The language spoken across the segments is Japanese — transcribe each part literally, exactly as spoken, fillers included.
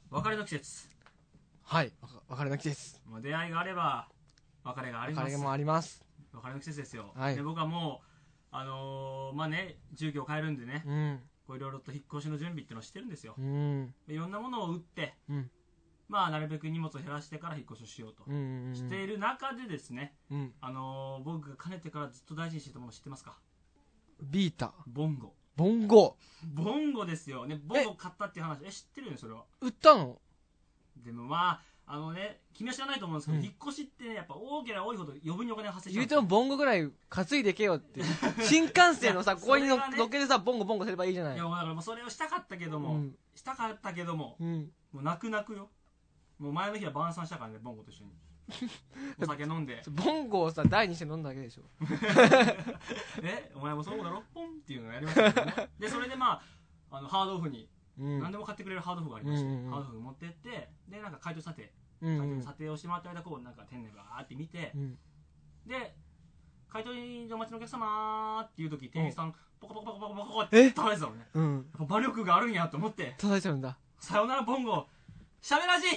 別れの季節。 はい、別れの季節。 まあ、出会いがあれば別れがあります。 別れもあります。 別れの季節ですよ、 はい、 で僕はもうあのー、まあね住居を変えるんでね、 うん、 こういろいろと引っ越しの準備っていうのをしてるんですよ、 うん、 いろんなものを売って、 うん、 まあなるべく荷物を減らしてから引っ越しをしようと、 うん、 している中でですね、 うん、 あのー、僕がかねてからずっと大事にしていたもの知ってますか？ ビータ、 ボンゴ。 ボンゴ、 ボンゴですよね。ボンゴ買ったっていう話、え知ってるよねそれは。 売ったの？ でもまああのね、君は知らないと思うんですけど、 うん、 引っ越しってね、やっぱ多ければ多いほど余分にお金が発生しちゃう。 言うてもボンゴぐらい担いでけよって新幹線のさここにのっけてさボンゴボンゴすればいいじゃない。 いやだからもうそれをしたかったけども、うん、したかったけども、うん、もう泣く泣くよ。もう前の日は晩餐したからね、ボンゴと一緒にお酒飲んでボンゴをさ台にして飲んだだけでしょえお前もそうだろポンっていうのをやりましたけどねでそれでまああのハードオフに、うん、何でも買ってくれるハードオフがありまして、うんうんうん、ハードオフ持ってってでなんか解凍査定解凍査定をしてもらった間こうなんか店内バーって見て、うん、で解凍にお待ちのお客様っていう時店員さんポコポコポコポコポコって叩いてたのね、うん、馬力があるんやと思って叩いちゃうんだ。 さよならボンゴしゃべらじ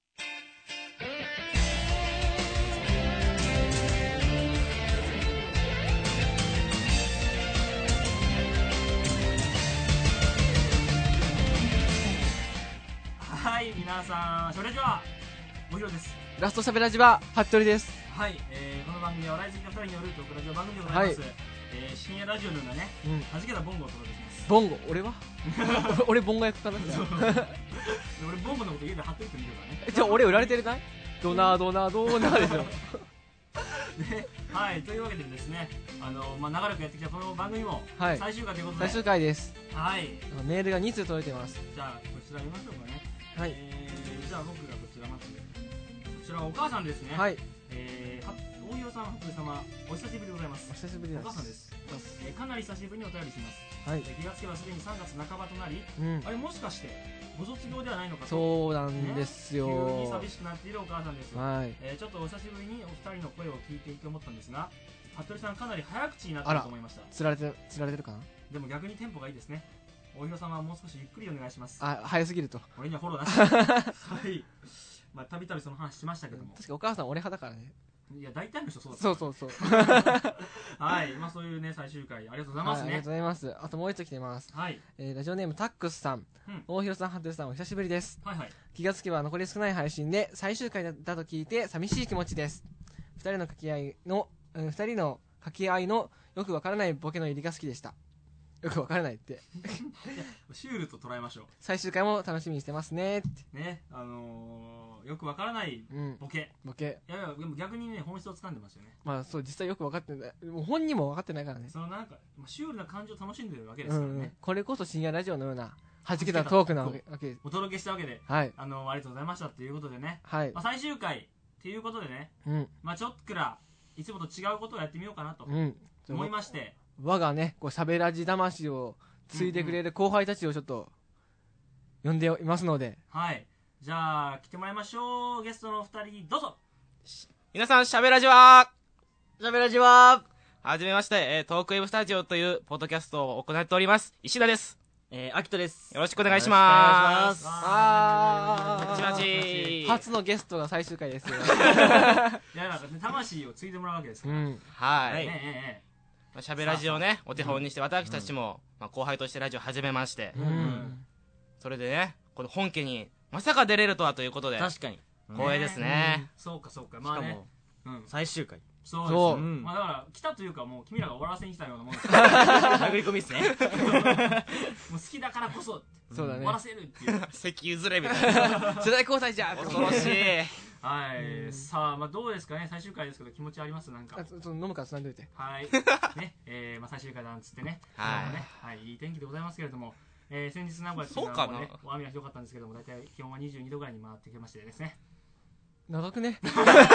はい、皆さん、しゃべらじはおひろです。 ラストしゃべらじは服部です。 はい、えー、この番組は笑い好きなふたりによるトークラジオ番組でございます、はい、えー、深夜ラジオのようなね、うん、はじけたボンゴをお届けします。 ボンゴ、俺は俺ボンゴ役かな俺ボンゴのこと家で貼ってるって見るからね。 じゃあ俺売られてるないドナードナードナーでしょではい、というわけでですね、あの、まあ、長らくやってきたこの番組も最終回ということで、 最終回です。 はい、 メールがに通届いてます。 じゃあこちら見ましょうかね。 はい、 えー、じゃあ僕がこちらまずこちらはお母さんですね。 はい、 えー、大広さん、服部様、お久しぶりでございます。 お久しぶりです。 お母さんです。えー、かなり久しぶりにお便りします。 はい、 気がつけばすでにさんがつなかばとなり、うん、あれもしかしてご卒業ではないのかと。 そうなんですよ、 ね、急に寂しくなっているお母さんですよ。 はい、 えー、ちょっとお久しぶりにお二人の声を聞いていて思ったんですが、服部さんかなり早口になっていると思いました。 つられてる、つられてるかな。 でも逆にテンポがいいですね。大広様はもう少しゆっくりお願いします。 あ、早すぎると。 俺にはフォローなしはい、まあたびたびその話しましたけども、 確かお母さん俺派だからね。 いや大体の人そうだ。 そうそうそうはい、まあそういうね最終回ありがとうございますね、はい、 ありがとうございます。あともう一つ来てます。はい、えー、ラジオネームタックスさん、うん、大広さん、服部さんお久しぶりです。はいはい、気がつけば残り少ない配信で最終回だと聞いて寂しい気持ちです。ふたりの掛け合いの、うん、ふたりの掛け合いのよくわからないボケの入りが好きでした。よくわからないっていやシュールと捉えましょう。 最終回も楽しみにしてますねってね、あのー、よくわからないボケ、うん、ボケいやいやでも逆にね本質を掴んでますよね。 まあそう実際よく分かってない、もう本人も分かってないからね。 そのなんかシュールな感じを楽しんでるわけですからね、うんうん、 これこそ深夜ラジオのようなはじけたトークなわけです。 お届けしたわけで、はい、あのー、ありがとうございましたということでね、はい、まあ、最終回っていうことでね、うん、まあちょっくらいつもと違うことをやってみようかなと思いまして、 うん、我がねこうしゃべらじ魂をついてくれる後輩たちをちょっと呼んでいますので、 はい、じゃあ来てもらいましょう。ゲストのお二人どうぞ。 皆さんしゃべらじはしゃべらじははじめまして、えー、トークウェブスタジオというポッドキャストを行っております石田です。 えー、秋人です。 よろしくお願いします。 あー初のゲストが最終回ですよいやなんか、ね、魂を継いでもらうわけですから、うん、 はい、 ねええしゃべラジをねお手本にして私たちも、うんまあ、後輩としてラジオ始めまして、うん、それでねこの本家にまさか出れるとはということで確かに光栄ですね、 うん、そうかそうかまあね、 しかも、うん、最終回そうですそう、うんまあ、だから来たというかもう君らが終わらせに来たようなもんです殴り込みですねもう好きだからこそそうだね終わらせるっていう石油ずれみたいな世代交代じゃん恐ろしいはい、さあ、まあ、どうですかね最終回ですけど気持ちありますなんか。 あそ飲むからつないでおいて。 はいねえーまあ、最終回だなんつってねはいね、はい、いい天気でございますけれども、えー、先日名古屋っていうのは、ね、雨がひどかったんですけども大体気温はにじゅうにどぐらいに回ってきましてですね長くね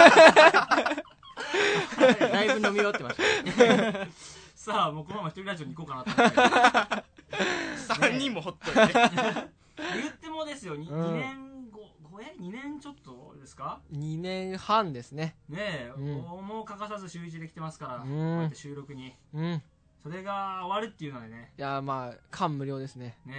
だいぶ飲み終わってましたさあもうこのまま一人ラジオに行こうかなと思ってさんにんもほっといて言ってもですよ に,、うん、にねんごえにねんちょっとですかにねんはんですねねえ、うん、もう欠かさず週一で来てますから、うん、こうやって収録に、 うん、 それが終わるっていうのはねいやまあ感無量ですねねえ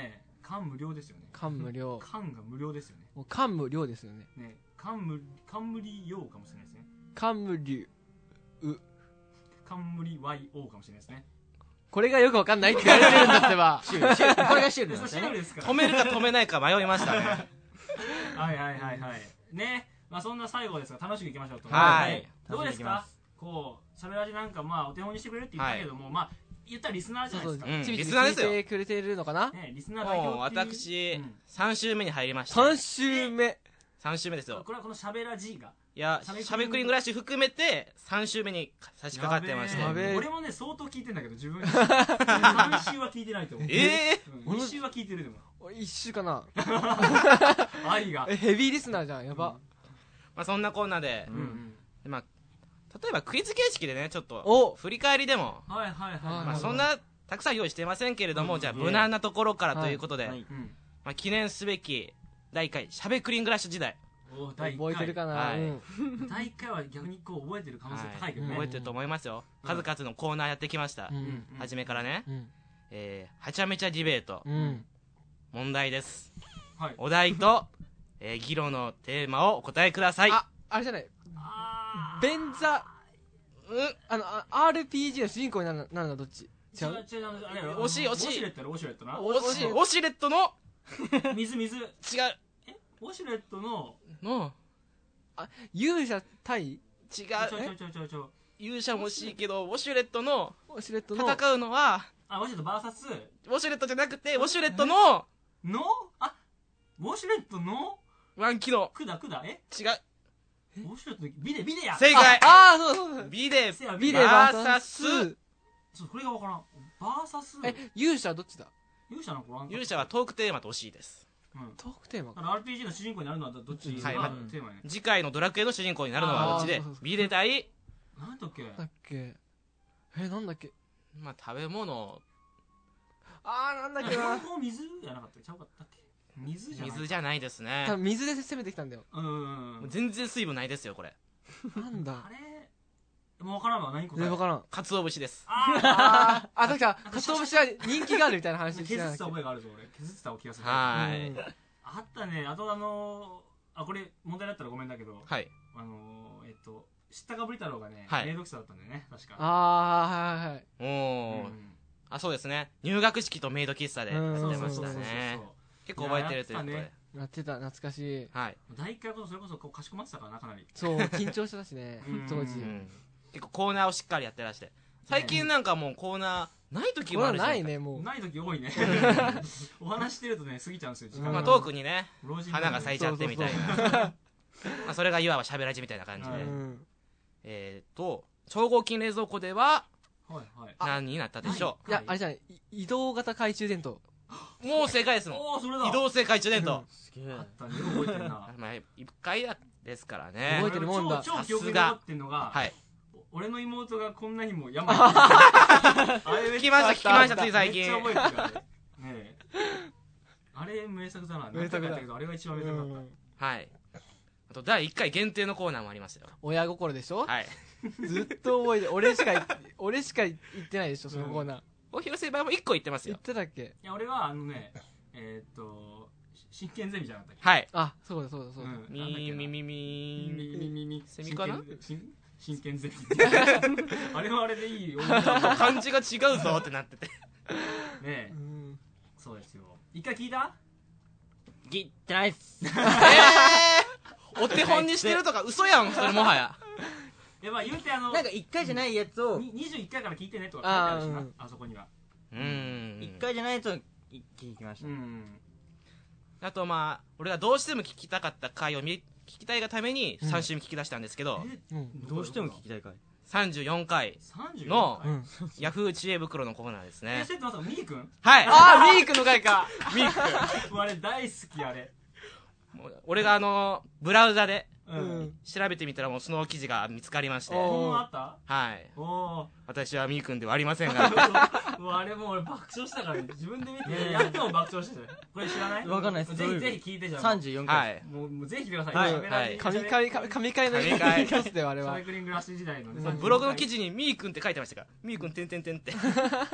感無量ですよね。 感無量。 感が無料ですよね。 もう感無量ですよね。 ね、感無感無理用かもしれないですね。 感無流う感無理 ワイオー かもしれないですね。 これがよくわかんないって言われてるんだってば。 シュールシュールこれがシュールそうシなんですね。 ュールですから。 止めるか止めないか迷いましたね。 はいはいはいはい。ね、まあそんな最後ですが楽しくいきましょうと。 はいどうですか楽しくいきます。 こうしゃべらじなんかまあお手本にしてくれるって言ったけども、まあ言ったらリスナーじゃないですか。 うんちびちびリスナーですよ聞いてくれてるのかな。 ね、リスナー代もう表っていう。 私、 うんさん週目に入りました。 さん週目。 さん週目ですよ。 これはこのしゃべらじが。 いや、 しゃべくりしゃべくりんぐらし含めてさん週目に差し掛かってまして。 やべえ俺もね相当聞いてんだけど自分さん週は聞いてないと思う。 えうん、に週は聞いてるでも。 俺一週かな。 愛が。 えヘビーリスナーじゃん。やば。 まあそんなコーナーで、 うんうん。 まあ、例えばクイズ形式でね、ちょっとお振り返りでも、 はいはいはい。 まあそんなたくさん用意してませんけれども、 うんじゃあ無難なところからということで、 はいうん。 まあ記念すべきだいいっかいしゃべくりんぐらし時代、 おー第一回覚えてるかな。 はいうんだいいっかいは逆にこう覚えてる可能性高いけどね。 覚えてると思いますよ。 うん数々のコーナーやってきましたう。 うんん初めからね、 うんえー、はちゃめちゃディベート、 うん。 問題です。 はい。 お題と、えー議論のテーマをお答えください。 ああれじゃない。 あー便座うんあのあ アールピージー の主人公になるなるのはどっち。違違うう。 違うあのあれ惜しい惜しいウォシュレットやろウォシュレットな。 ウォシウォシュレットの水水。 違うウォシュレットのの勇者対違ちょちょうちょちょちょちょ。 勇者も欲しいけどウォシュレットのウォシュレットの戦うのはあウォシュレットバーサスウォシュレットじゃなくてウォシュレットののあウォシュレットのワン機能くだくだえ違うウォシュレットのビデビデや。 正解ああそうそうそう。 ビデせやビデデバーサバーサスス。 そうこれがわからん。バーサスえ勇者どっちだ。 勇者の子なんか勇者はトークテーマと欲しいです。 うん。 トークテーマあの アールピージー の主人公になるのはどっちがはいまテーマやね。 次回のドラクエの主人公になるのはどっちであーそうそうビデ対なんだっけ。 だっけ。えなんだっけ。 まあ食べ物ああなんだっけ両な。 方水じゃなかったちゃうかったっけ。水じゃない。 水じゃないですね多分水で攻めてきたんだよ。 うんうんうん。 全然水分ないですよこれなんだあ。れもうわからんわ何答え。 え分からん。 鰹節ですあああ確か鰹節は人気があるみたいなあ話してなかったっ削ってた覚えがあるぞ俺。削ってた気がする。 はけ。 ーいあったね。あとあのー、あこれ問題だったらごめんだけど、 はいあのー、えっと知ったかぶり太郎がね、 はいメイド喫茶だったんだよね確か。 ああはいはいはい。 おうお、 んあそうですね入学式とメイド喫茶でやうんってましたそうそうそうそうね結構覚えてるということで、 いややってやってた懐かしい。 はい、 第一回こそそれこそこうかしこまってたからなかなり。 そう緊張してたしねうん当時。 うん、結構コーナーをしっかりやってらして最近なんかもうコーナーない時もこれあるじゃんないねもう。 ない時多いね。お話してるとね過ぎちゃうんですよ時間うんまあトークにね老人花が咲いちゃってみたいなまあそれがいわばしゃべらじみたいな感じで、 はいうん。 えーと超合金冷蔵庫でははいはい。 何になったでしょいやあれじゃないい移動型懐中電灯。 うもう正解ですもんおおそれだ。 移動性懐中電灯、 すげえあったね覚えてるな。 まあいっかいですからね覚えてるもんだ超超記憶に残ってんのが、 はい俺の妹がこんなにも山にあれめっちゃ聞きました聞きましたつい最近めっちゃ覚えてるあれねえあれ名作だな名作だ何回かやったけどあれが一番名作だった、 うんはいあとだいいっかい限定のコーナーもありますよ親心でしょ。 はいずっと覚えて俺しか言って俺しか言ってないでしょそのコーナー。 お広瀬場合もいっこ言ってます言っよてたっけ。 いや俺はあのねえー、っとし真剣ゼミじゃなかったっけはいあそうだそうだそうだ。 うんみなんだっけなーみみみみみみみみセミかな真剣真真剣ゼミあれはあれでいい思い出だね漢字が違うぞってなっててえうんそうですよ一回聞いた聞いてないっす。 えー、お手本にしてるとか嘘やんそれもはやいやまあ言うてあのなんか一回じゃないやつをににじゅういっかいから聞いてねとか書いてあるしなあーうんあそこにはうーん一回じゃないやつを聞きましうた。 んあとまあ俺がどうしても聞きたかった回を見聞きたいがためにうんさん週目聞き出したんですけど、 えうんどうしても聞きたいかい。 さんじゅうよんかいさんじゅうのよんうん。 ヤフー知恵袋のコーナーですえねそれってまさかミー君はいあーミークの回か。 ミーもうあれ大好きあれクもう俺があのブラウザでううんん。 調べてみたらもうその記事が見つかりましてお本物あったはいおお私はみーくんではありませんがもうあれもう俺爆笑したからね自分で見ねてえやっとも爆笑してたよこれ知らないわかんないですぜひぜひ聞いてじゃん三十四は回。 いもうもうぜひ聞いてくださいはい喋らはい神回神回の神回一つであれはしゃべ。くりんグラス時代のねブログの記事にみーくんって書いてましたからみーくんてんてんてんって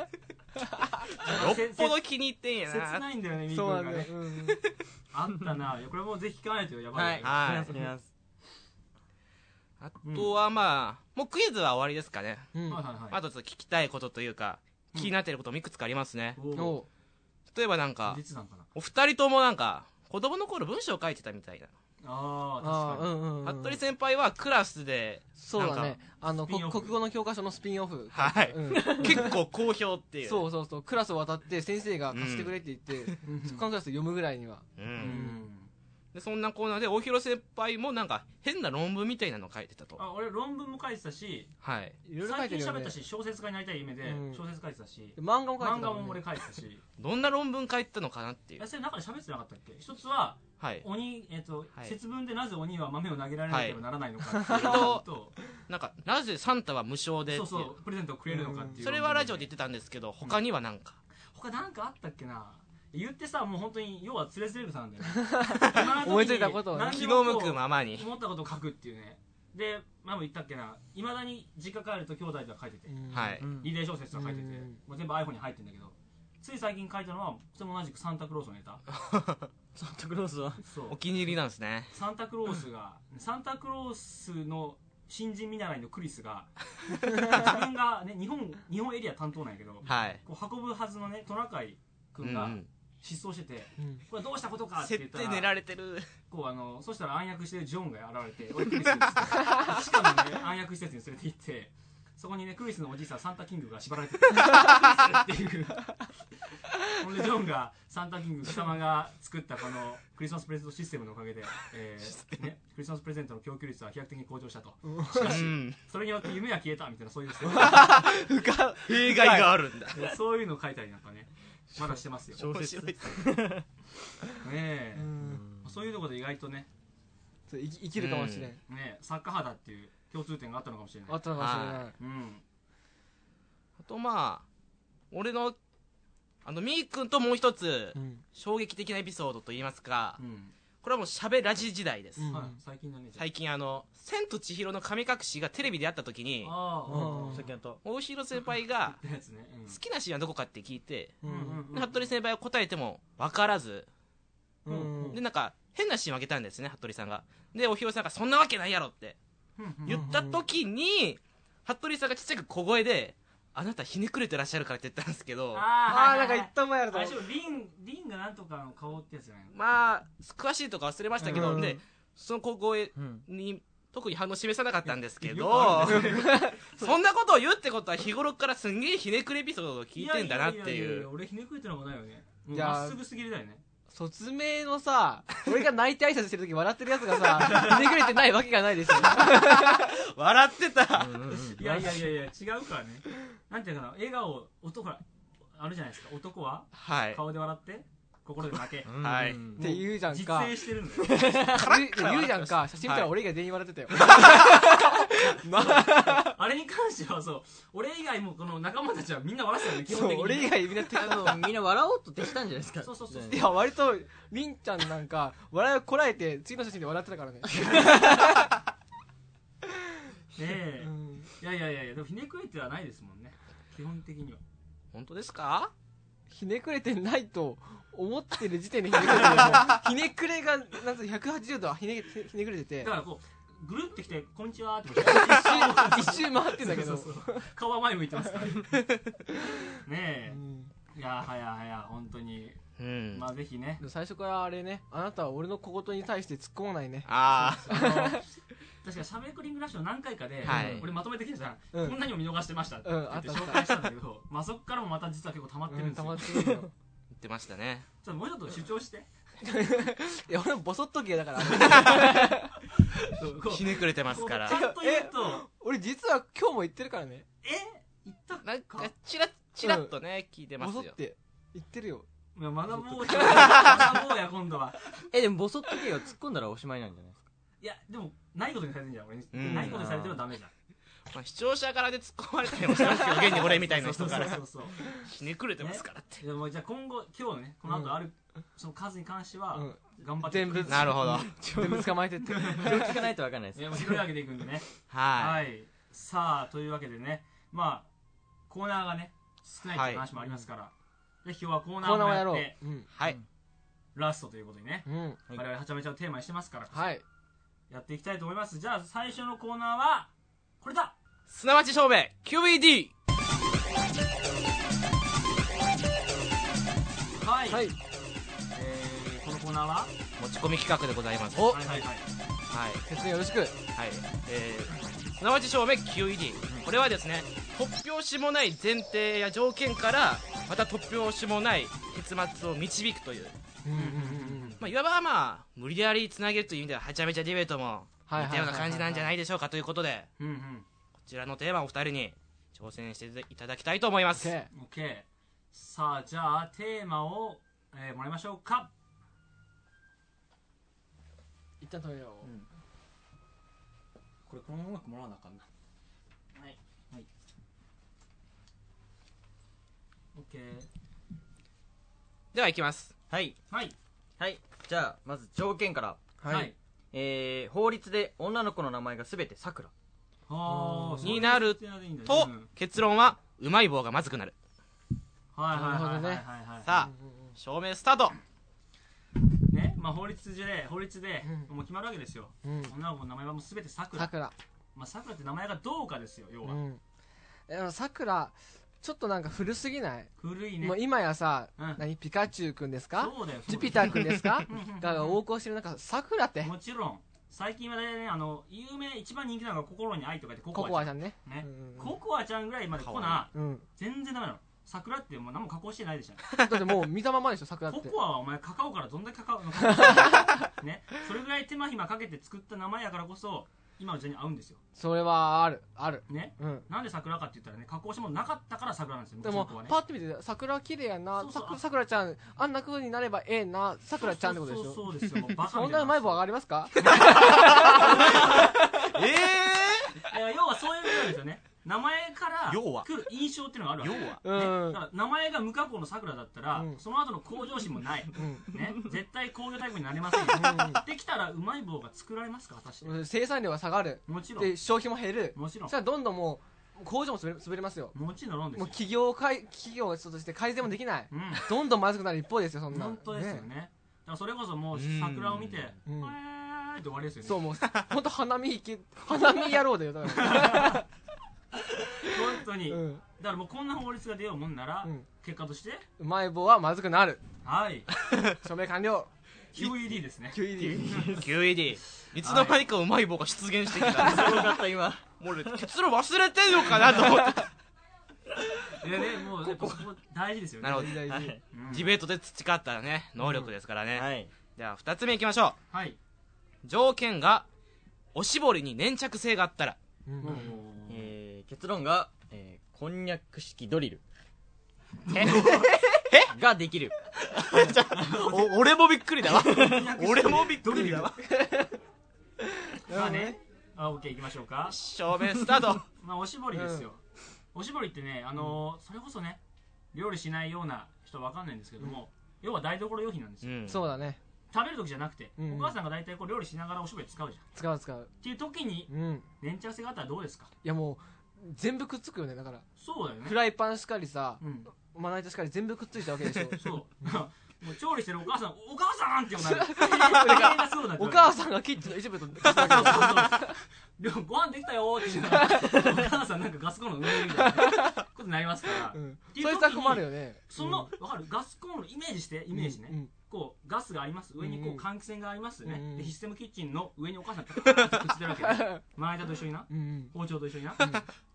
っぽど気に入ってんやな。 切ないんだよね、みーそうくんがね。 なんだよ、うん、 あったな。これもうぜひ聞かないとやばい。 はいはい聞きますあとはまあもうクイズは終わりですかね。 うん、 はいはいはい。 あとちょっと聞きたいことというか気になっていることもいくつかありますね。 おーおう例えばなんか実弾かな。 お二人ともなんか子供の頃文章を書いてたみたいな。 ああ、 あー、 確かに。 うんうんうん、 服部先輩はクラスでそうだねなんか、 あのこスピンオフ国語の教科書のスピンオフ、 はいうん、 結構好評っていう。 そうそうそう、クラスを渡って先生が貸してくれって言って、 うん他のクラスで読むぐらいには、 ううんん。 でそんなコーナーで大広先輩もなんか変な論文みたいなの書いてたと。 あ、俺論文も書いてたし、 はいいろいろ書最いてるよね近喋った。し、小説家になりたい夢でうん小説書いてたし、 漫画も書いてた漫画もんねも俺書いてたし。 どんな論文書いてたのかなっていうえ、。それ中で喋ってなかったっけ？一つは、 はい鬼、えっと、 はい節分でなぜ鬼は豆を投げられなければならないのかっていうはいのと、 なんかなぜサンタは無償でっていう。 そうそう、プレゼントをくれるのかっていう。 それはラジオで言ってたんですけど他にはなんか、 他なんかあったっけな。言ってさ、もう本当に要はつれづれ草なんだよね。今の時に思いついたことをね気何にもこうの向くままに。 思ったことを書くっていうね。で、前も言ったっけな、いまだに実家帰ると兄弟では書いてて、 うんはいうんリレー小説は書いてて、 うんもう全部 iPhone に入ってるんだけど、つい最近書いたのは、それも同じくサンタクロースのネタ。 サンタクロースはそうお。気に入りなんですね。 サンタクロースが、サンタクロースの新人見習いのクリスが、自分がね、日本、日本エリア担当なんやけど、 はい。 こう運ぶはずのね、トナカイう君がんうん失踪してて、 うんこれどうしたことかって言ったら、 設定練られてる。 こうあの、そしたら暗躍してるジョンが現れて、俺クリスにしかもね、暗躍施設に連れて行って、そこにね、クリスのおじいさん、サンタキングが縛られてて、っていう。ほんで、ジョンが、サンタキング、貴様が作ったこのクリスマスプレゼントシステムのおかげで、えーね、クリスマスプレゼントの供給率は飛躍的に向上したと。しかし、 うんそれによって夢は消えたみたいな、そういう、 弊害があるんだ。 そういうのを書いたりなんかね、まだしてますよ。 小説面白いねえう。んそういうところで意外とね、 そう生き生きるかもしれん、 ね、作家肌っていう共通点があったのかもしれない。 あったのかもしれない、 はうん。 あとまあ俺のあのみーくんともう一つうん衝撃的なエピソードといいますか、 うん。 これはもうしゃべラジ時代です、 うんはい、最近だね。 最近あの「千と千尋の神隠し」がテレビでやった時にああ、 うんさっきやった大広先輩がってやつね。 好きなシーンはどこかって聞いて、 ううんん。 で服部先輩は答えても分からず、 うんでなんか変なシーンをあげたんですね服部さんが。で大広さんが「そんなわけないやろ」って言った時に服部さんがちっちゃく小声で「あなたひねくれてらっしゃるから」って言ったんですけど、 あああなんか言言った前やるとあれでしょ、リン、リンがなんとかの顔ってやつじゃないの？ まあ詳しいとか忘れましたけど、 うんでその小声うんに特に反応示さなかったんですけよど、 くあるねそんなことを言うってことは日頃からすんげえひねくれエピソードを聞いてんだなってやややいう。 や俺ひねくれてるのもないよね。もういやまっすぐすぎるだよね。 卒名のさ俺が泣いて挨拶してる時笑ってるやつがさひねくれてないわけがないですよ笑ってた。 うんうんうんいやいやいやいや、違うからね。なんていうかな、笑顔、男ほら、あるじゃないですか。男ははい。 顔で笑って、心で泣け。 うんはいうんって言うじゃん実か演してるんだよ。 言う言うじゃんか写真見たら俺以外全員笑ってたよ、 あれに関してはそう、俺以外もこの仲間たちはみんな笑ってたよね、基そう本的に。 俺以外みんなあのみんな笑おうとできたんじゃないですかそうそうそういや割とりんちゃんなんか笑いをこらえて次の写真で笑ってたからね、 ねえう。んいやいやいやいや、でもひねくれてはないですもんね。基本的には。 本当ですか？ ひねくれてないと思ってる時点でひねくれてるもうひねくれがなんつうひゃくはちじゅうどひねひねくれててだからこう、ぐるってきて、こんにちはって一周一周回ってんだけどそうそうそう顔は前向いてますから。ねうえ。 んいやはやはや、本当に。 うん。 まあぜひね。 最初からあれねあなたは俺の小言に対して突っ込まないねああの確かしゃべくりングラッシュの何回かで、 はい俺まとめてきたじゃん、 うんこんなにも見逃してましたってうん言ってあったあった紹介したんだけど、まあそこからもまた実は結構溜まってるんですよ、 うん溜まっちてるよ言ってましたね。 ょっともうちょっと主張していや俺もボソッと系だからそうこうひねくれてますからこうち。ゃんと言うと俺実は今日も言ってるからねえ言ったなんかチラッチラッとね聞いてますよ。 ボソって言ってるよいや学ぼうや学ぼうや今度は。 えでもボソッと系が突っ込んだらおしまいなんじゃないですかいやでもないことにされてんじゃん俺に、 うんないことにされてるのダメじゃんまあ視聴者からで突っ込まれたりもしますけど、現に俺みたいな人からそうそうそうひねくれてますからって。 でもじゃあ今後今日のねこの後ある、その数に関しては、 うん頑張って全部なるほど。 全部捕まえてって聞かないと分かんないですいやもう拾い上げていくんでねははい、さあというわけでねまあコーナーがね少ないっていう話もありますから、ぜひ今日はコーナコーナーをやろう。 ーもやってはいラストということにね、 うん。 我々はちゃめちゃをテーマにしてますから、 はい。 やっていきたいと思います。じゃあ最初のコーナーはこれだ。 すなわち証明 キューイーディー。 はい、 はい。 えー、このコーナーは持ち込み企画でございます。 お、 はいはいはいはい説明よろしく。 はい、えー、すなわち証明 キューイーディー、これはですね、突拍子もない前提や条件からまた突拍子もない結末を導くという、 うんうんうんうんまあ、いわばまあ無理やりつなげるという意味でははちゃめちゃディベートも似たような感じなんじゃないでしょうかということで、 うんうんこちらのテーマをお二人に挑戦していただきたいと思います。 OK。 OK。 さあじゃあテーマを、えー、もらいましょうか。 一旦止めよう。 これこの音楽もらわなあかんな。はいはい OK。 ではいきます。 はいはいはいじゃあまず条件から。 はい、はい、 えー、法律で女の子の名前がすべてさくらはあになると、 うん、 結論はうまい棒がまずくなる。 はいはいはいはいはい、はい、 さあ証明スタート。 ね、まあ法律で法律でもう決まるわけですよ、 うん、 女の子の名前はもうすべてさくら。 さくら、 まあさくらって名前がどうかですよ、要は。 うん、さくらちょっとなんか古すぎない？ 古いね。 もう今やさ、 うん、 何ピカチュウくんですか？ そうだよ。 ジュピターくんですか？が横行してる中、さくらって。 もちろん最近はね、あの有名一番人気なのが心に愛とかでコココアちゃんね。 ね、うん、ココアちゃんぐらいまで来な、 うん、 全然ダメなの。桜ってもう何も加工してないでしょ。 だってもう見たままでしょ、桜って。 ココアはお前カカオからどんだけカカオのね、それぐらい手間暇かけて作った名前やからこそ今の時代に合うんですよ。 それはあるあるね、 うん、 なんで桜かって言ったらね、加工してもなかったから桜なんですよ。 でも、ね、パッと見て桜綺麗やな、さくらちゃんあんな風になればええな、さくらちゃんってことでしょ。 そうそうですよ。もうバカそんなうまい棒上がりますか？ ええー、要はそういうことなんですよね。名前から要は来る印象っていうのがあるわけ。 要は、 ね、だから名前が無加工のさくらだったら、うん、その後の向上心もない、うん、ね、絶対工業タイプになれませんよ、うん、できたらうまい棒が作られますか、果たして。 生産量が下がる、 もちろん。 で消費も減る、 もちろん。 そしたらどんどんもう工場も潰れますよ。 もちろんですよ。 もう企業改企業として改善もできない、うん、どんどんまずくなる一方ですよ、そんな。 本当ですよね。ね、だからそれこそもう桜を見て、うん、えーって終わりですよね。 そう、もう本当花見行け花見野郎だよ、だから本当に、うん、だからもうこんな法律が出ようもんなら、うん、結果としてうまい棒はまずくなる。 はい署名完了。 キューイーディー ですね。 キューイーディーキューイーディー いつの間にかうまい棒が出現してきた。 すごかった今。 もう結論忘れてんのかなと思ってた。 いやね、もうここ大事ですよね。 なるほど、 大事、はい、 ディベートで培ったね能力ですからね、 うん、はい、 ではふたつめいきましょう。 はい。 条件がおしぼりに粘着性があったら、 うん、 えー、結論が、えー、こんにゃく式ドリルええができる。 お俺もびっくりだわ。俺もびっくりだわ。 まあね、あ、オッケー、行きましょうか。 証明スタート。 まあおしぼりですよ、うん、おしぼりってね、あのーうん、それこそね、料理しないような人はわかんないんですけども、うん、要は台所用品なんですよ、うん、 そうだね。 食べる時じゃなくて、うん、お母さんが大体こう料理しながらおしぼり使うじゃん。 使う使うっていう時に、粘着性があったらどうですか？ いやもう全部くっつくよね。だからそうだよね。 フライパンしかりさ、 うん、 まな板しかり全部くっついたわけでしょ。 そうもう調理してるお母さん、お母さんって呼んだらお母さんがキッチンの一部とそうそうそうそうご飯できたよーって言ったらお母さんなんかガスコンロ上にみたいなことになりますから、うん、 そいつは困るよね。 その、わかる、ガスコンロイメージしてイメージね、うんうん、こうガスがあります、上にこう換気扇がありますね、うんうん、でシステムキッチンの上にお母さんがパーッとくっついてるわけね。まな板と一緒にな、うんうん、包丁と一緒にな、うん、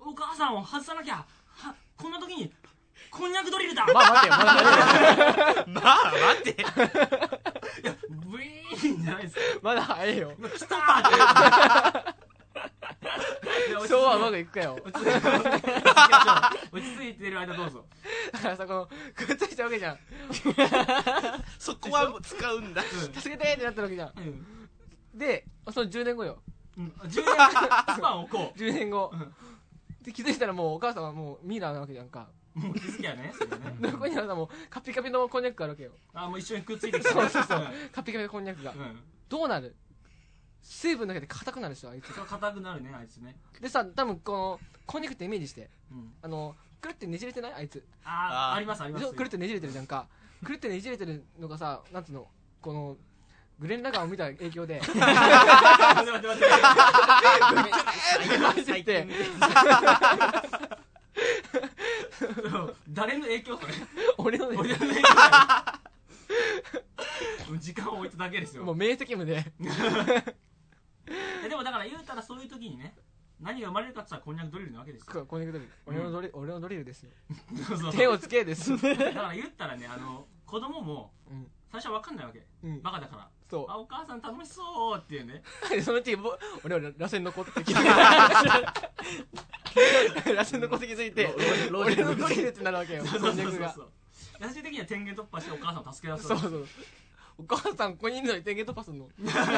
お母さんを外さなきゃ、はこんな時にこんにゃくドリルだ。 まあ待てよ、まあまあ待て。 いや、ブイーンじゃないですか。 まだ早いよ。 来たーって。 今日はうまくいくかよ。 落ち着いてる間どうぞ。 だからさ、このくっついたわけじゃん。 そこは使うんだ。 助けてってなってるわけじゃん。で、そのじゅうねんごよ。 じゅうねんスパンをこう。 じゅうねんご。で気づいたらもうお母さんはもうミイラなわけじゃんか。 もう気づきやね、それね。 ここにはもうカピカピのこんにゃくがあるわけよ。 あ、もう一緒にくっついてきて。 そうそうそう。カピカピのこんにゃくが。どうなる？水分だけで硬くなるでしょ、あいつ。 硬くなるね、あいつね。 でさ、多分このこんにゃくってイメージして、あのくるってねじれてない？あいつ。 ああ、ありますあります。 くるってねじれてるじゃんか。くるってねじれてるのがさ、なんつうの、このグレン・ラガンを見た影響で待って待って待って待って誰の影響それ？ 俺の影響時間を置いただけですよ。 もう明晰夢ででもだから言うたらそういう時にね、何が生まれるかって言ったらこんにゃくドリルなわけですよ。 こんにゃくドリル、俺のドリル、俺のドリルですよ。 そうそう手をつけですだから言ったらね、あの子供も最初は分かんないわけ、うん、バカだから。そう、あ、お母さん楽しそうっていうねそのうち俺は螺旋の子って気づいて螺旋の子って気づいて俺のドリルってなるわけよ。 そうそうそうそう。最終的には天元突破してお母さんを助け出す。 そうそう、お母さんここにいるのに天元突破するの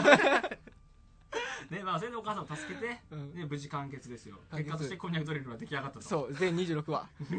ね、まあそれでお母さんを助けて、うん、で無事完結ですよ。結果としてこんにゃくドリルは出来上がったと。 そう、全にじゅうろくわね、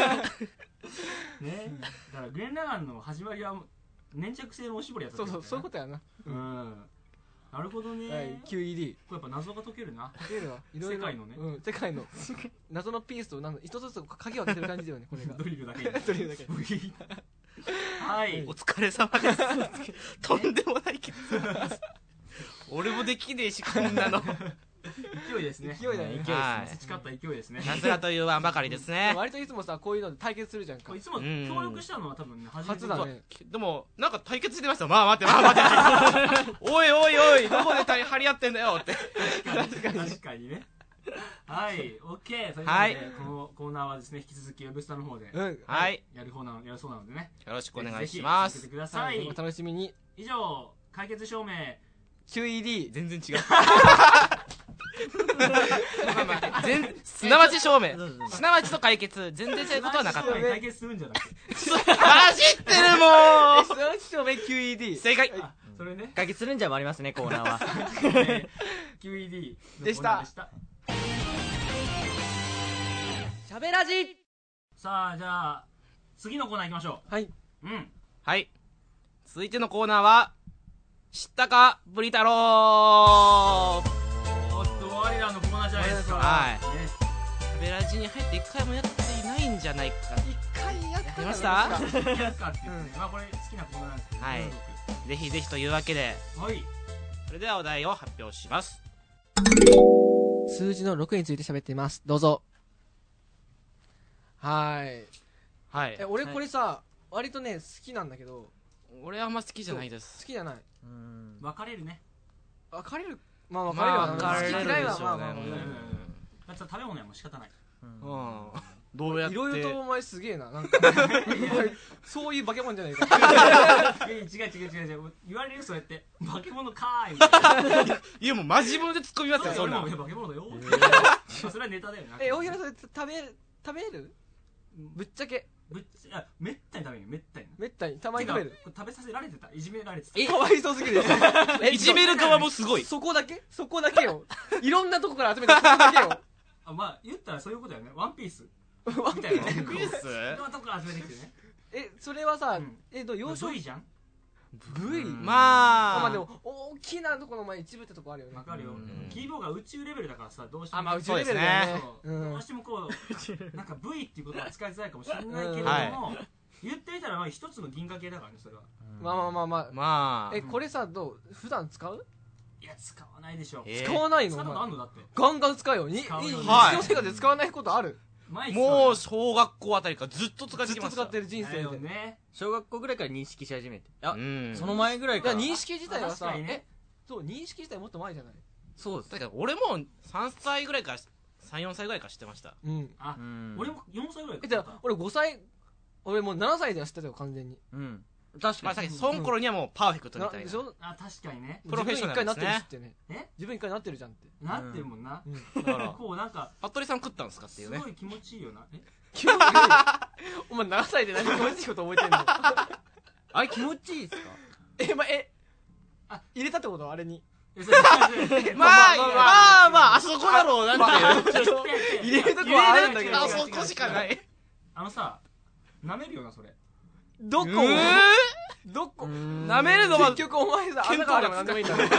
だからグレン・ラガンの始まりは粘着性のおしぼりやった。 そうそう、そういうことやな。 うん、なるほどね、 はい、キューイーディーこれやっぱ謎が解けるな。 解けるわ、いろいろ。世界のね、うん、世界の謎のピースとなんか一つずつ鍵を開けてる感じだよね、これが。 ドリルだけドリルだけはい、 お疲れ様ですとんでもないけど俺もできねえし、こんなの勢いですね。 勢いだね。 培った勢いですね。 夏らというわんばかりですね。 割といつもさ、こういうので対決するじゃんか。 いつも協力したのは多分ね、 初だね。 でもなんか対決してました。まあ待ってまあ待っておいおいおい、どこで張り合ってんだよって。 確かに確かにね。はい、オッケー。ということでこのコーナーはですね、引き続きウェブスタの方ではいやる方なのやるそうなのでね、 よろしくお願いします。 ぜひ続けてください。 お楽しみに。 以上、解決証明キューイーディー全然違うまあまあ全すなわち証明、すなわちと解決、全然違うことはなかった。 解決するんじゃなくてマジってるもん。 すなわち証明 キューイーディー正解。 それね、 解決するんじゃもありますね、コーナーはキューイーディーでした。しゃべらじ。 さあ、じゃあ次のコーナー行きましょう。はい。 うん。 はい。続いてのコーナーは、知ったかブリ太郎。 おっと、我らのコーナーじゃないですか。 はい。しゃべらじに入って一回もやっていないんじゃないか。 一回やってました？ やったって言って、まあこれ好きなコーナーなんですけど。 はい。ぜひぜひというわけで、 はい。 それではお題を発表します。 数字のろくについて喋っています。どうぞ。はい。 はい。 え、俺これさ、割とね好きなんだけど、 俺はあんま好きじゃないです。 好きじゃない。 うん。分かれるね。 分かれる。まあ分かれるわ。 分かれるでしょうね。 好き嫌いはまあまあ。 だって食べ物はもう仕方ない。 うん。どうやって。 いろいろとお前すげえな。なんかそういう化け物じゃないか。 違う違う違う違う。言われるそうやって。化け物かーいみたいな。 いやもうマジ物で突っ込みますよ。 そんな。化け物だよ。それはネタだよな。 え、大平さん食べる食べる？ぶっちゃけ。 ぶっちゃめったに食べるよ。めったに。 めったにたまに食べる。 食べさせられてた。いじめられてた。 え、かわいそうすぎる。 いじめる側もすごい。 そこだけ？そこだけよ。いろんなとこから集めてそこだけよ。 あ、まあ言ったらそういうことだよね。ワンピースみたいな。ワンピース？いろんなとこから集めてきてね。 え、それはさ、えっと幼少 V じゃん。 V？ まあまあでも大きなところの前一部ってとこあるよね。 わかるよ。キーボーが宇宙レベルだからさ、どうしても。 あ、まあ宇宙レベルだね。 どうしてもこうなんか V っていうことは使いづらいかもしれないけれども、言ってみたらまあ一つの銀河系だからね、それは。 まあまあまあまあ。 まあ。 え、これさ、どう普段使う？ いや、使わないでしょ。 使わないの？ 使うことあんのだって。 ガンガン使うよ。日常生活で使わないことある？ もう小学校あたりからずっと使ってきました。 ずっと使ってる人生でね。 小学校ぐらいから認識し始めて。あ、 うん、 その前ぐらいから。 認識自体はさ、 え、 そう認識自体もっと前じゃない？ そうです。だから俺もさんさいぐらいからさん、よんさいぐらいから知ってました。 うん。 あ、俺もよんさいぐらいから。え、じゃあ俺ごさい、俺もうななさいでは知ってたよ完全に。 うん。 確かに。その頃にはもうパーフェクトみたいな。 あ、確かにね。 プロフェッショナルですね。 自分一回なってるしってね。え？自分一回なってるじゃんって。 なってるもんな。 だからこうなんか服部さん食ったんですかっていうね。 すごい気持ちいいよな。え？ 気持ちいい。お前ななさいで何気持ちいいこと覚えてんの？ あれ気持ちいいですか？ え、ま、え、あ、入れたってことあれに。 まあまあまああそこだろうなんていう。 入れるとこはあるんだけど。 あそこしかない。 あのさ、舐めるよなそれ。 どこ？どこ？ 舐めるのは結局お前さ、穴があれば何でもいいんだろ。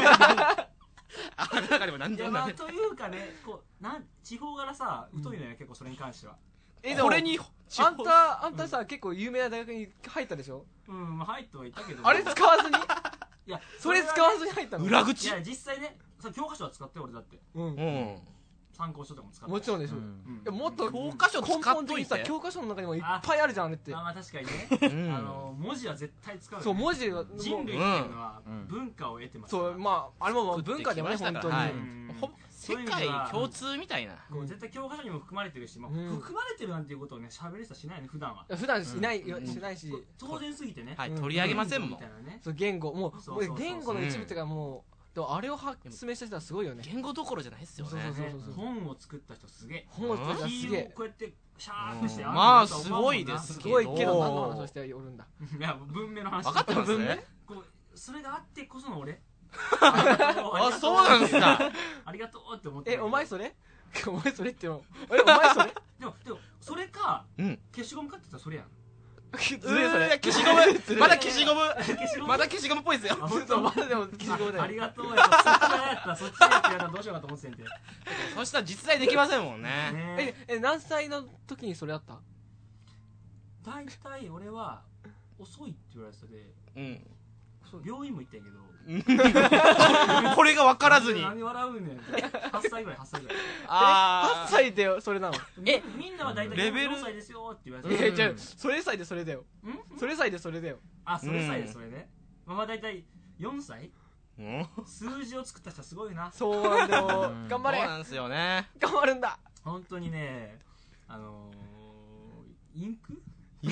穴があれば何でもいやまあというかね、こうなん地方柄さ疎いのよ結構それに関しては。 えこれにあんたあんたさ結構有名な大学に入ったでしょ。 うんまあ入ってはいたけどあれ使わずにいやそれ使わずに入ったの。 裏口。 いや実際ね教科書は使って俺だってうん参考書とかも使ってもちろんでしょ。もっと教科書使っといて根本的にさ教科書の中にもいっぱいあるじゃんあれって。 まあ確かにねあの文字は絶対使う。 そう文字は人類っていうのは文化を得てます。 そうまああれも文化でもね本当に世界共通みたいな。 絶対教科書にも含まれてるし含まれてるなんていうことをね喋る人はしないね普段は。 普段しないしないし当然すぎてね取り上げませんもん。 そう言語もう言語の一部っていうかもうでもあれを発明した人はすごいよね。 言語どころじゃないっすよね。 本を作った人すげえ。 本を作った人すげえ。 こうやってシャーってしてまあすごいですすごいけど何の話をしておるんだ。 いや文明の話分かってますね。 それがあってこその俺あそうなんすか。 ありがとうって思って。 えお前それお前それってよえお前それでもでもそれか消しゴムかって言ったらそれやん。 ずるいそれ。消しゴムまだ消しゴムまだ消しゴムっぽいですよ。 まだでも消しゴムだよ。 ありがとう。そっちやったそっちやったらどうしようかと思ってんで。 そしたら実在できませんもんね。 ええ何歳の時にそれあった？ 大体俺は遅いって言われてたで。 うん病院も行ったんやけどこれが分からずに何笑うねん。はっさいぐらいはっさいぐらい。 はっさいでそれなの。 えみんなは大体レベルよんさいですよって言われて。 えじゃあそれ歳でそれだよ。それ歳でそれだよ。 あそれ歳でそれね。まあ大体よんさい数字を作った人はすごいな。 そうなんだよ。頑張れ。 そうなんですよね。 頑張るんだ。 本当にねあのインク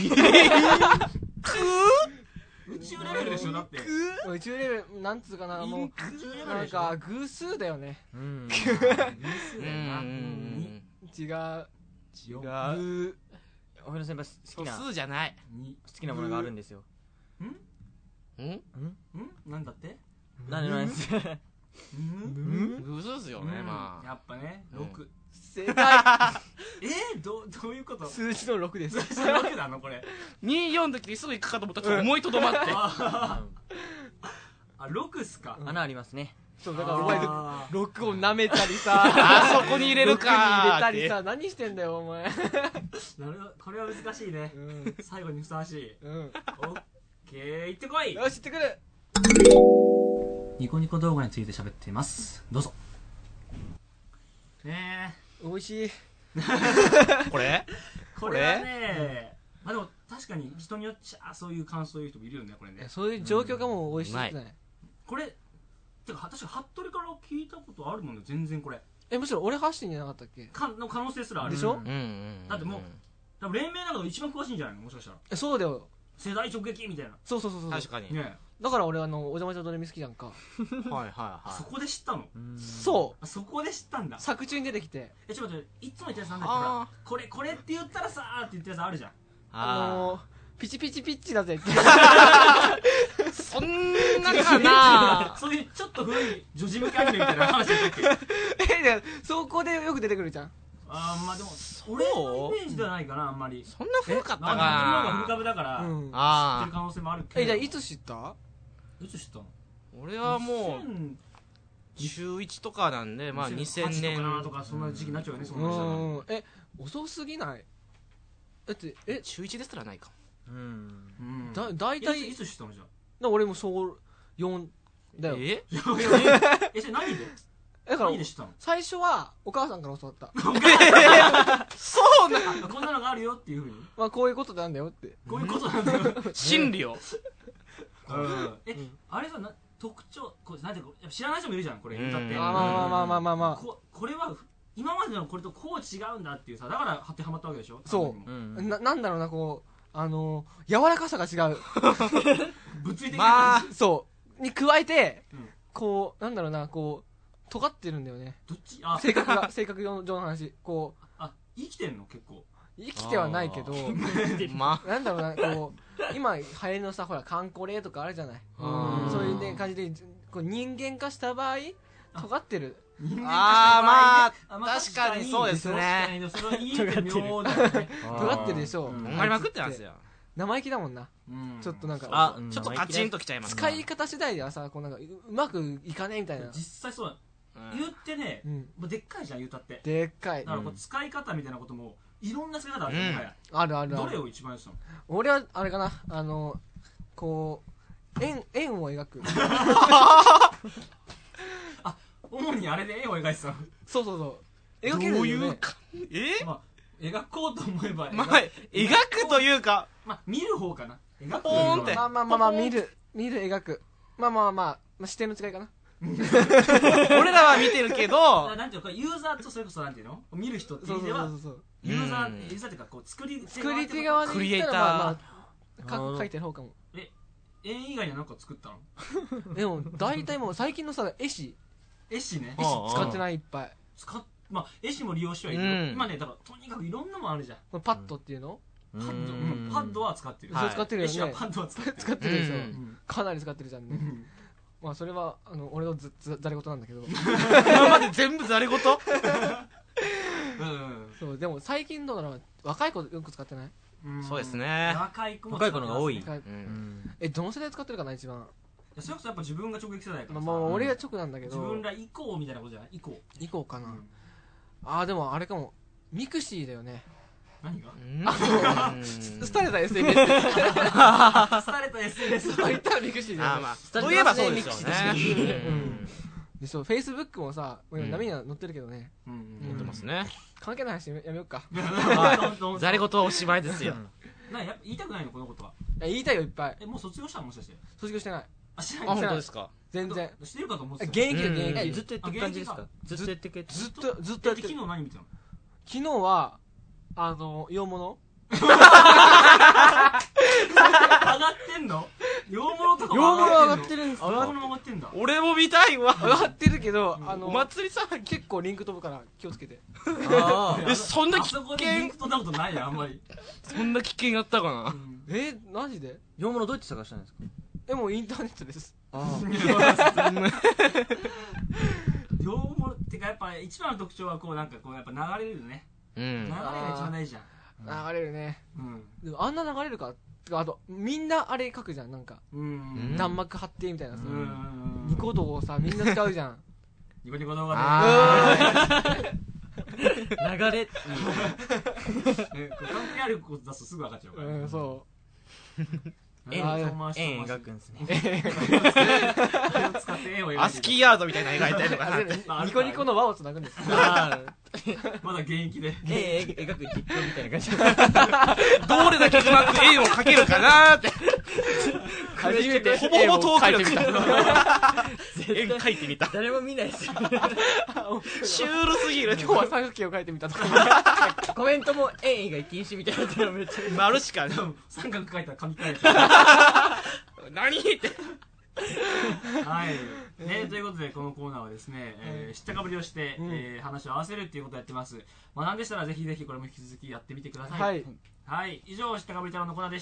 宇宙レベルでしょだって。 宇宙レベルなんつうかなもうなんか偶数だよね。 偶数だよな。 違う違う。おふろ先輩好きな数じゃない好きなものがあるんですよ。 んんんなんだって？ なんでなんです。 偶数ですよね。まあやっぱねろく。 正解。 えどどういうこと？ 数字のろくです。 数字のろくなのこれ。 にじゅうよんの時にすぐ行くかと思ったら思いとどまって。 あろくっすか。 穴ありますね。 そうだからお前ろくを舐めたりさあそこに入れるか入れたりさ何してんだよお前。 なるほどこれは難しいね。最後にふさわしい。オッケー行ってこい。 よし行ってくる。 ニコニコ動画について喋っています。どうぞ。ねえ美味しい。 これこれはねまあでも確かに人によっちゃそういう感想言う人もいるよねこれね。 そういう状況がもう美味しいじゃない。これてか確か服部から聞いたことあるもんね全然これ。 えむしろ俺発信じゃなかったっけかの可能性すらあるでしょ。 だってもう多分連盟の中で一番詳しいんじゃないのもしかしたら。 えそうだよ世代直撃みたいな。 そうそうそうそう確かにね。だから俺あのお邪魔女ドレミ好きじゃんか。 はいはいはい。 そこで知ったの。 そうそこで知ったんだ。 作中に出てきてえちょっと待っていつも言ってるやつなんだっけほらこれこれって言ったらさーって言ってるやつあるじゃん。 あのピチピチピッチだぜって。 そんなかな。 そういうちょっと古い女児向けアニメみたいな話だっけ。 えじゃそこでよく出てくるじゃん。 あーまあでも俺のイメージではないかなあんまり。 そんな古かったかな。 あの古株だから知ってる可能性もあるけど。 えじゃあいつ知った？ いつ知ったの？ 俺はもう中いちとかなんでまあにせんねんとかそんな時期になっちゃうよね。そんな人え遅すぎない？だってえ中いちですらないかも。 うんだ大体いつ知ったのじゃあ。俺も小よんだよ。 ええそれ何で？ だから最初はお母さんから教わった。 そうなこんなのがあるよっていうふうに。 まあこういうことなんだよって。 こういうことなんだよ。 真理を。 えあれさ特徴なんて知らない人もいるじゃんこれ歌って。 まあまあまあまあまあまあ。 これは今までのこれとこう違うんだっていうさだから当てはまったわけでしょ。 そうななんだろうなこうあの柔らかさが違う。 物理的な感じそうに加えてこうなんだろうなこう尖ってるんだよね。 どっち？あ性格が性格上の話こうあ生きてんの結構。 生きてはないけどなんだろうなこう今流行りのさほら観光例とかあるじゃない。そういうね感じでこう人間化した場合尖ってる。 ああまあ確かにそうですね。 それはいいって妙だよね。 尖ってるでしょ。 とんがりまくってますよ。 生意気だもんな。ちょっとなんかあちょっとカチンときちゃいます。 使い方次第ではさこうなんかうまくいかねえみたいな。 実際そうだ。言ってねでっかいじゃん言うたって。 でっかい。 だから使い方みたいなこともいろんな使い方あるじゃん、 あるあるある。 どれを一番やってたの？ 俺はあれかな、あのこう円円を描くあ、主にあれで円を描いてたの？ そうそうそう、描けるよね。どういうかえ、 まあ、描こうと思えばまあ描くというか、 まあ見る方かな。描くポーンって、 まあまあまあまあ見る見る描く、まあまあまあ、まあ、視点の違いかな。 俺らは見てるけど、 なんていうかユーザーとそれこそなんていうの、見る人っていう意味ではユーザーユーザーっていうかこう作り作り手側で言ったらまあまあ書いてる方かも。 え、円以外には何か作ったの？ でも大体もう最近のさ絵師絵師ね、 絵師使ってない、いっぱい使っ、まあ絵師も利用してはいるけど、今ねだからとにかくいろんなもんあるじゃん。 パッドっていうの？ パッド、パッドは使ってる。 そう使ってるよね。 パッドは使ってる。 使ってるでしょ。かなり使ってるじゃんね。まあそれはあの俺のずずざれ言なんだけど。 今まで全部ざれ言？ そうでも最近どうだろう、若い子よく使ってない？ そうですね。 若い子若い子のが多い。 え、どの世代使ってるかな一番。 それこそやっぱ自分が直撃世代からさ。 まあ俺が直なんだけど。 自分ら以降みたいなことじゃない？以降。 以降かな。ああでもあれかも。ミクシーだよね。 何が？ あの廃れた エスエヌエス。 廃れた エスエヌエスと言ったらミクシーだよね。 といえばそうですよね。 でそう、フェイスブックもさ、波には載ってるけどね。 載ってますね。 関係ない話やめようか。 ざれ言はおしまいですよ。 な、や言いたくないのこのことは？ 言いたいよいっぱい。 え、もう卒業したのもしかして？ 卒業してない。 あ、してない。あ、本当ですか？ 全然。 してるかと思ってた。 現役で現役。 ずっとやってる感じですか？ずっとやってる。 ずっとずっとやってる。 昨日何見てたの？ 昨日はあの洋物。 上がってんの？洋物とか洋物上がってるんですよ。 洋物も上がってんだ。 俺も見たいわ。 上がってるけど、あのお祭りさん結構リンク飛ぶから気をつけて。 え、そんな危険？ あそこでリンク飛んだことないやあんまり。 そんな危険やったかな。 え、マジで？ 洋物どうやって探したんですか？ え、もうインターネットです。 洋物ってかやっぱ一番の特徴はこうなんかこうやっぱ流れるね。流れが一番大事じゃん。 流れるね。でもあんな流れるか。あとみんなあれ書くじゃん、なんか弾幕貼ってみたいなさ、ニコ動をさみんな使うじゃん。 ニコニコ動画で流れ関係あること出すとすぐ分かっちゃうから。 うんそう。 円描くんですね。 アスキーアートみたいな描いてるのかな。ニコニコの輪をつなぐんです。 まだ現役で絵描く実況みたいな感じ。 どれだけうまく絵を描けるかなーって。 初めてほぼほぼトーク力。 絵描いてみた。誰も見ないですよ。 シュールすぎる。 今日は三角形を描いてみたとか。 コメントも円以外禁止みたいなのめっちゃ丸しかね。 三角描いたら紙描いて何って。 はい、ね、ということでこのコーナーはですね、えー、知ったかぶりをして、うんえー、話を合わせるっていうことをやってます。学んでしたらぜひぜひこれも引き続きやってみてください。はい、はい、以上知ったかぶり太郎のコーナーでした。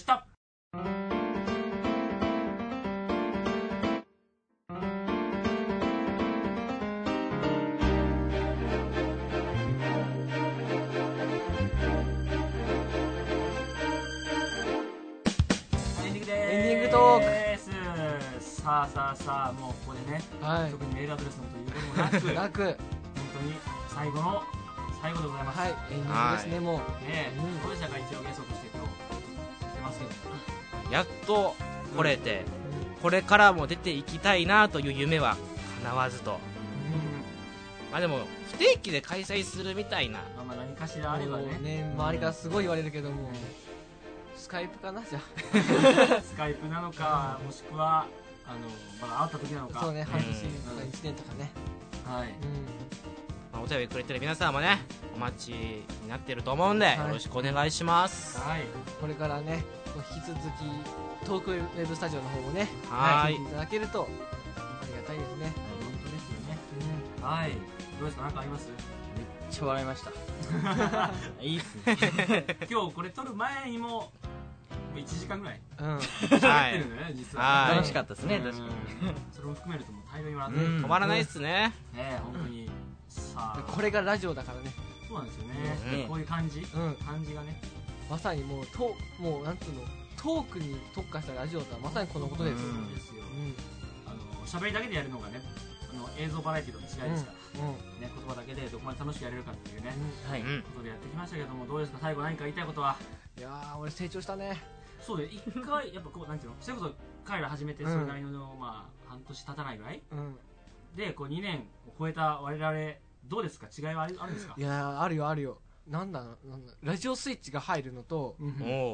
エンディングでーす。 エンディングトーク。 さあさあさあ、もうここでね、はい、特にメールアドレスのということもなくなく本当に最後の最後でございます。 はい、エンディングですね。もうね、どうでしたか？一応ゲストとして今日来てますけど、 やっと来れて、うん、これからも出ていきたいなという夢は叶わずと、うん、まあでも不定期で開催するみたいな、 まあ、まあ何かしらあれば ね, ね周りからすごい言われるけども、うん、スカイプかな、じゃあスカイプなのか、もしくはあのまだ会った時なのか、 そうね、半年とかいちねんとかね、 はい、うん、 まあ、お便りくれてる皆さんもねお待ちになってると思うんで、はい、よろしくお願いします。 はい、 これからね引き続きトークウェブスタジオの方もね、 はい、 聞いていただけるとありがたいですね。 本当ですよね、うん、はい、どうですか、何かあります？ めっちゃ笑いましたいいっすね今日これ撮る前にもいちじかんぐらいうん喋ってるんだよね、実は。 楽しかったですね、確かに。 それも含めるともう大量に笑って止まらないっすね。 ね、本当に。さあ、 これがラジオだからね。 そうなんですよね。こういう感じ、感じがね。 まさにもうトもうなんつうのトークに特化したラジオとはまさにこのことです。 ですよ。あの喋りだけでやるのがね、 の映像バラエティとの違いですから、うんうんね、言葉だけでどこまで楽しくやれるかっていうね、うん、はい、ことでやってきましたけども、どうですか最後何か言いたいことは。 いやー俺成長したね。 そうで一回やっぱこうなんていうの、それこそ彼ら始めてそれなりの、うん、まあ半年経たないぐらい、うん、でこうにねんを超えた我々どうですか、違いはあるあるんですか。 いやあるよあるよ。なんだなんだラジオスイッチが入るのと、うん、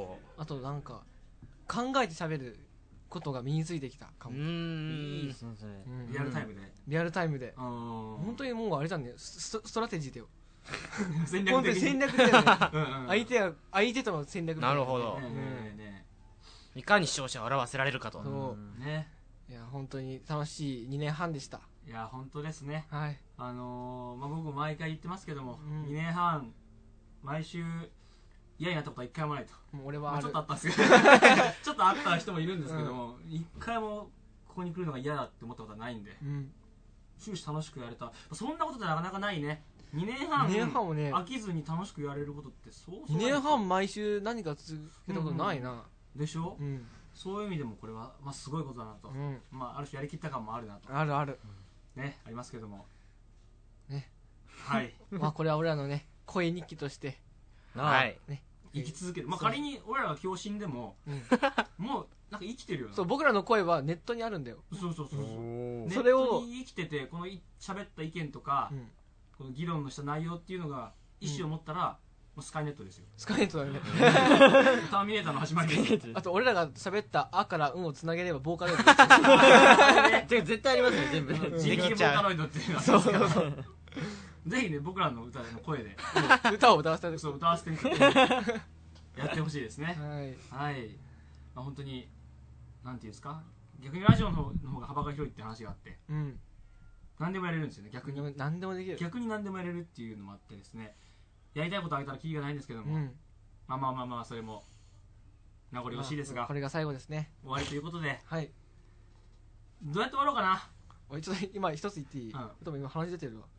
あとなんか考えて喋ることが身についてきたかも。うーん、 いいですねそれ、うん、リアルタイムでリアルタイムで本当にもうあれじゃんね、ス, ストラテジーだよ戦略的に戦略だよねうんうん、相手は相手との戦略なるほど、ねねね、いかに視聴者を笑わせられるかと。 そう、ね、いや本当に楽しいにねんはんでした。 いや本当ですね、 はい、 あのーまあ、僕も毎回言ってますけども、うん、にねんはん毎週嫌になったことは一回もないと。 もう俺はあまあ、ちょっとあったんですけどちょっとあった人もいるんですけども、一、うん、回もここに来るのが嫌だって思ったことはないんで、うん、終始楽しくやれた。そんなことってなかなかないね。にねんはんにねんはんもね飽きずに楽しくやれることってそうそうにねんはん毎週何か続けたことないな、うんうん、でしょ、うん、そういう意味でもこれは、まあ、すごいことだなと、うん、まあ、ある種やりきった感もあるなとあるある、 ね、ありますけどもね、 はいまあこれは俺らのね声日記としてはいね生き続ける、まあ、仮に俺らが今日死んでも、うん、もうなんか生きてるよな。 そう僕らの声はネットにあるんだよ。 そうそうそうそう、ネットに生きててこの喋った意見とか、うん、この議論のした内容っていうのが意思を持ったら、うん、もうスカイネットですよ。 スカイネットだねターミネーターの始まりです。 あと俺らが喋った「あ」から「うん」をつなげればボーカロイドですよ絶対ありますね全部自力ボーカロイドっていうのはそうそうそうぜひね僕らの歌の声で歌を歌わせてそう歌わせてみてやってほしいですね。はい、はい、まあ、本当になんていうんですか、逆にラジオの方の方が幅が広いって話があって、うん、何でもやれるんですよね。逆に何でもできる、 逆に何でもやれるっていうのもあってですね、やりたいことあげたらキリがないんですけども、うん、まあまあまあまあそれも名残惜しいですが、まあ、 これが最後ですね。 終わりということで、 はい、 どうやって終わろうかな。 おいちょっと今一つ言っていい、うん、でも今話出てるわ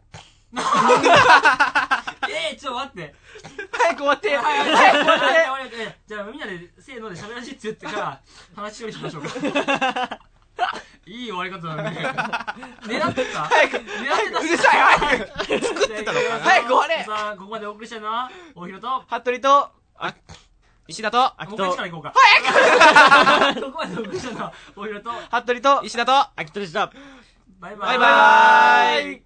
えー、ちょっと待って早く終わって早く終わってじゃあみんなでせーので喋らしいって言ってから話処理しましょうかいい終わり方だね狙ってた早く狙ってたうるさい早く作ってたのか早く終われ。 さあここまでお送りしたのは大広と服部とあ石田と秋ともう一回から行こうか早くここまでお送りしたのは大広と服部と石田と秋とでした。 バイバイバイバイ。